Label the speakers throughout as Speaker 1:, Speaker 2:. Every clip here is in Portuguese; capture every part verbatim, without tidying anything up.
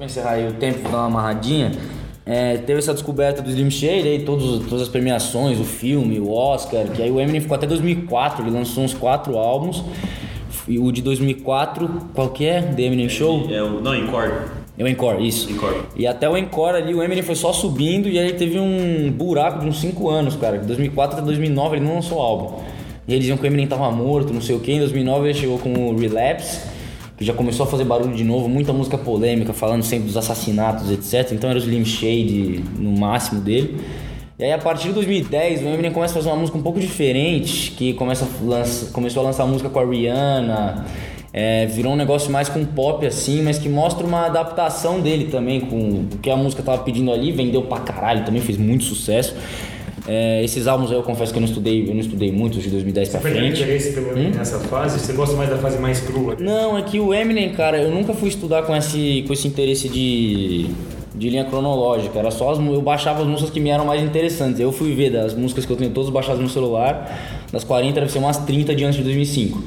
Speaker 1: Pra encerrar aí o tempo, vou dar uma amarradinha. É, teve essa descoberta do Slim Shady, aí todos, todas as premiações, o filme, o Oscar, que aí o Eminem ficou até dois mil e quatro, ele lançou uns quatro álbuns. E o de dois mil e quatro, qual que é? The Eminem Show?
Speaker 2: É, é o, não, Encore.
Speaker 1: É o Encore, isso.
Speaker 2: Encore.
Speaker 1: E até o Encore ali, o Eminem foi só subindo e aí teve um buraco de uns cinco anos, cara. De dois mil e quatro até dois mil e nove ele não lançou álbum. E eles diziam que o Eminem tava morto, não sei o que. Em dois mil e nove ele chegou com o Relapse, que já começou a fazer barulho de novo, muita música polêmica, falando sempre dos assassinatos, etcétera. Então era o Slim Shady no máximo dele. E aí a partir de dois mil e dez o Eminem começa a fazer uma música um pouco diferente, que começa a lança, começou a lançar música com a Rihanna, é, virou um negócio mais com pop assim, mas que mostra uma adaptação dele também com o que a música tava pedindo ali, vendeu pra caralho, também fez muito sucesso. É, esses álbuns aí eu confesso que eu não estudei, eu não estudei muito de dois mil e dez pra
Speaker 3: frente. Você perdeu interesse pelo Eminem hum? nessa fase? Você gosta mais da fase mais crua?
Speaker 1: Não, é que o Eminem, cara, eu nunca fui estudar com esse, com esse interesse de, de linha cronológica. Era só as, eu baixava as músicas que me eram mais interessantes. Eu fui ver das músicas que eu tenho todas baixadas no celular, das quarenta deve ser umas trinta de antes de dois mil e cinco.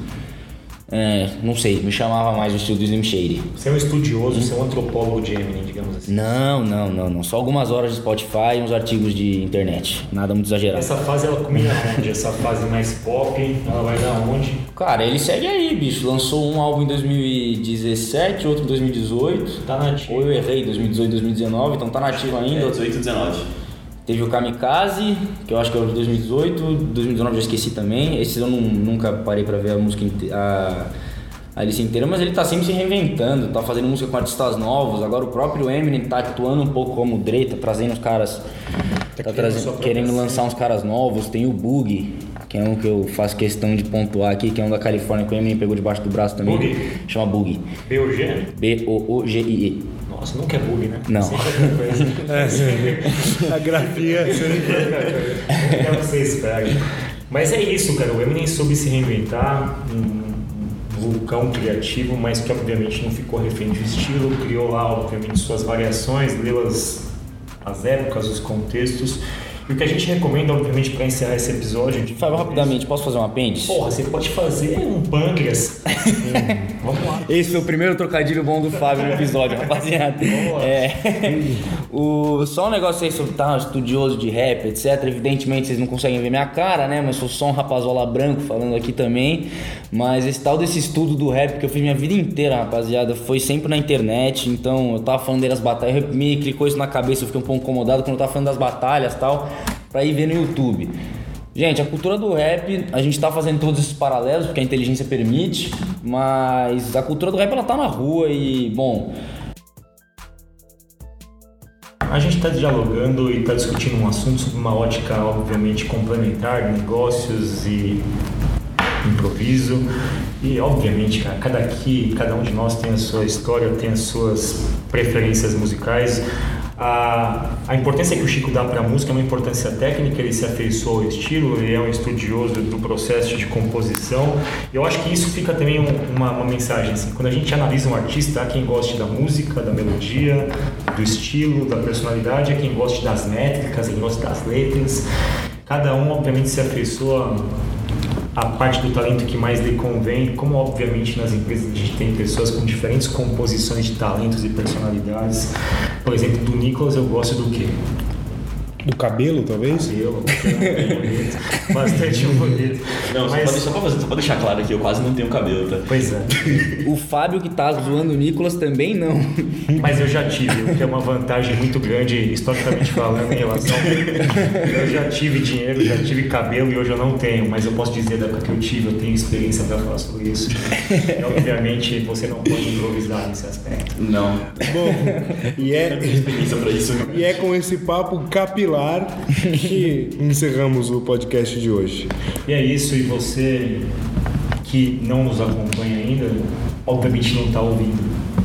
Speaker 1: É, não sei, me chamava mais o estilo do Slim Shady.
Speaker 3: Você é um estudioso, hum? Você é um antropólogo de Eminem, digamos assim.
Speaker 1: Não, não, não, não. Só algumas horas de Spotify e uns artigos de internet. Nada muito exagerado.
Speaker 3: Essa fase ela combina onde? Essa fase mais pop, ela vai dar onde?
Speaker 1: Cara, ele segue aí, bicho. Lançou um álbum em dois mil e dezessete, outro em dois mil e dezoito.
Speaker 3: Tá nativo.
Speaker 1: Ou eu errei, dois mil e dezoito, dois mil e dezenove, então tá nativo ainda.
Speaker 2: É, dezoito e dezenove.
Speaker 1: Teve o Kamikaze, que eu acho que é o de dois mil e dezoito, dois mil e dezenove eu já esqueci também. Esses eu não, nunca parei pra ver a música inteira. A... a lista inteira, mas ele tá sempre se reinventando, tá fazendo música com artistas novos. Agora o próprio Eminem tá atuando um pouco como o Dre, tá trazendo os caras, tá, tá trazendo, querendo lançar uns caras novos. Tem o Boogie, que é um que eu faço questão de pontuar aqui, que é um da Califórnia, que o Eminem pegou debaixo do braço também.
Speaker 3: Boogie?
Speaker 1: Chama Boogie.
Speaker 3: B O G?
Speaker 1: B O O G I E.
Speaker 3: Nossa, nunca é Boogie, né?
Speaker 1: Não.
Speaker 4: É, a grafia...
Speaker 3: É o que você espera. Mas é isso, cara, o Eminem soube se reinventar, um vulcão criativo, mas que obviamente não ficou refém do estilo, criou lá obviamente suas variações, leu as, as épocas, os contextos. E o que a gente recomenda, obviamente, para encerrar esse episódio... De
Speaker 1: Fábio, rapidamente, posso fazer um apêndice?
Speaker 3: Porra, você pode fazer um pâncreas. hum, vamos lá.
Speaker 1: Esse foi o primeiro trocadilho bom do Fábio no episódio, rapaziada.
Speaker 3: Vamos lá.
Speaker 1: É, o, só um negócio aí sobre estar estudioso de rap, etcétera. Evidentemente, vocês não conseguem ver minha cara, né? Mas sou só um rapazola branco falando aqui também. Mas esse tal desse estudo do rap que eu fiz minha vida inteira, rapaziada, foi sempre na internet. Então, eu tava falando das batalhas, me clicou isso na cabeça, eu fiquei um pouco incomodado quando eu tava falando das batalhas e tal, pra ir ver no YouTube. Gente, a cultura do rap, a gente tá fazendo todos esses paralelos porque a inteligência permite, mas a cultura do rap ela tá na rua e, bom...
Speaker 3: A gente está dialogando e está discutindo um assunto sob uma ótica, obviamente, complementar, negócios e improviso. E, obviamente, cara, cada aqui, cada um de nós tem a sua história, tem as suas preferências musicais. A, a importância que o Chico dá para a música é uma importância técnica, ele se afeiçoou ao estilo, ele é um estudioso do processo de composição. E eu acho que isso fica também um, uma, uma mensagem, assim, quando a gente analisa um artista, há quem goste da música, da melodia, do estilo, da personalidade, há quem goste das métricas, quem goste das letras. Cada um, obviamente, se afeiçoa a parte do talento que mais lhe convém, como obviamente nas empresas a gente tem pessoas com diferentes composições de talentos e personalidades. Por exemplo, do Nicolas eu gosto do quê?
Speaker 4: Do cabelo, talvez?
Speaker 3: Cabelo, bem bonito, bastante bonito.
Speaker 2: Não,
Speaker 3: Mas...
Speaker 2: só, pra fazer, só pra deixar claro aqui, eu quase não tenho cabelo, tá?
Speaker 3: Pois é.
Speaker 1: O Fábio que tá zoando o Nicolas também não.
Speaker 3: Mas eu já tive, o que é uma vantagem muito grande, historicamente falando, em relação... Eu já tive dinheiro, já tive cabelo e hoje eu não tenho, mas eu posso dizer da época que eu tive, eu tenho experiência pra falar sobre isso. E, obviamente, você não pode improvisar nesse aspecto.
Speaker 2: Não.
Speaker 4: Bom, e é...
Speaker 2: Eu não tenho experiência pra isso.
Speaker 4: E é com esse papo capilar que encerramos o podcast de hoje.
Speaker 3: E é isso, e você que não nos acompanha ainda, obviamente não está ouvindo.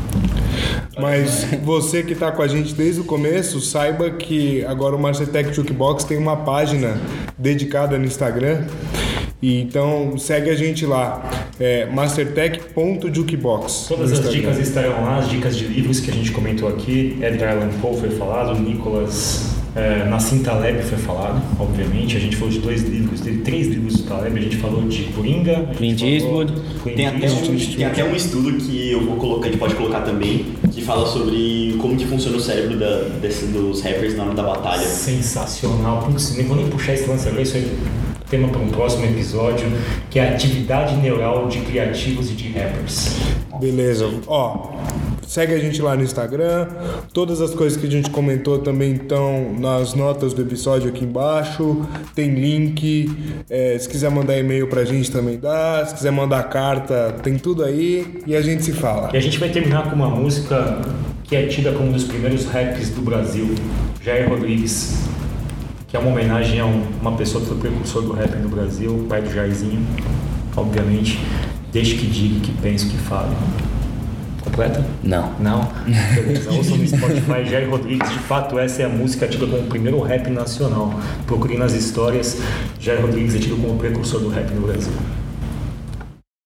Speaker 4: Mas você que está com a gente desde o começo, saiba que agora o Mastertech Jukebox tem uma página dedicada no Instagram. E então segue a gente lá, é mastertech ponto jukebox.
Speaker 3: Todas as dicas estarão lá, as dicas de livros que a gente comentou aqui. Edgar Allan Poe foi falado, Nicolas... É, Nassim Taleb foi falado, obviamente. A gente falou de dois livros, de três livros do Taleb. A gente falou de Coringa,
Speaker 1: Clint Eastwood.
Speaker 2: Tem até, um, tem até um estudo que eu vou colocar, a gente pode colocar também, que fala sobre como que funciona o cérebro da, desse, dos rappers na hora da batalha.
Speaker 3: Sensacional. Putz, nem vou nem puxar esse lance agora, isso é tema para um próximo episódio, que é a atividade neural de criativos e de rappers.
Speaker 4: Beleza. Ó, segue a gente lá no Instagram. Todas as coisas que a gente comentou também estão nas notas do episódio aqui embaixo. Tem link. É, se quiser mandar e-mail pra gente também dá. Se quiser mandar carta, tem tudo aí. E a gente se fala.
Speaker 3: E a gente vai terminar com uma música que é tida como um dos primeiros raps do Brasil, Jair Rodrigues, que é uma homenagem a um, uma pessoa que foi precursor do rap no Brasil, o pai do Jairzinho, obviamente. Deixe que diga, que pense, que fale. Completa?
Speaker 1: Não.
Speaker 3: Não? Beleza, ouçam no Spotify, Jair Rodrigues. De fato, essa é a música tida como o primeiro rap nacional. Procurem nas histórias, Jair Rodrigues é tido como o precursor do rap no Brasil.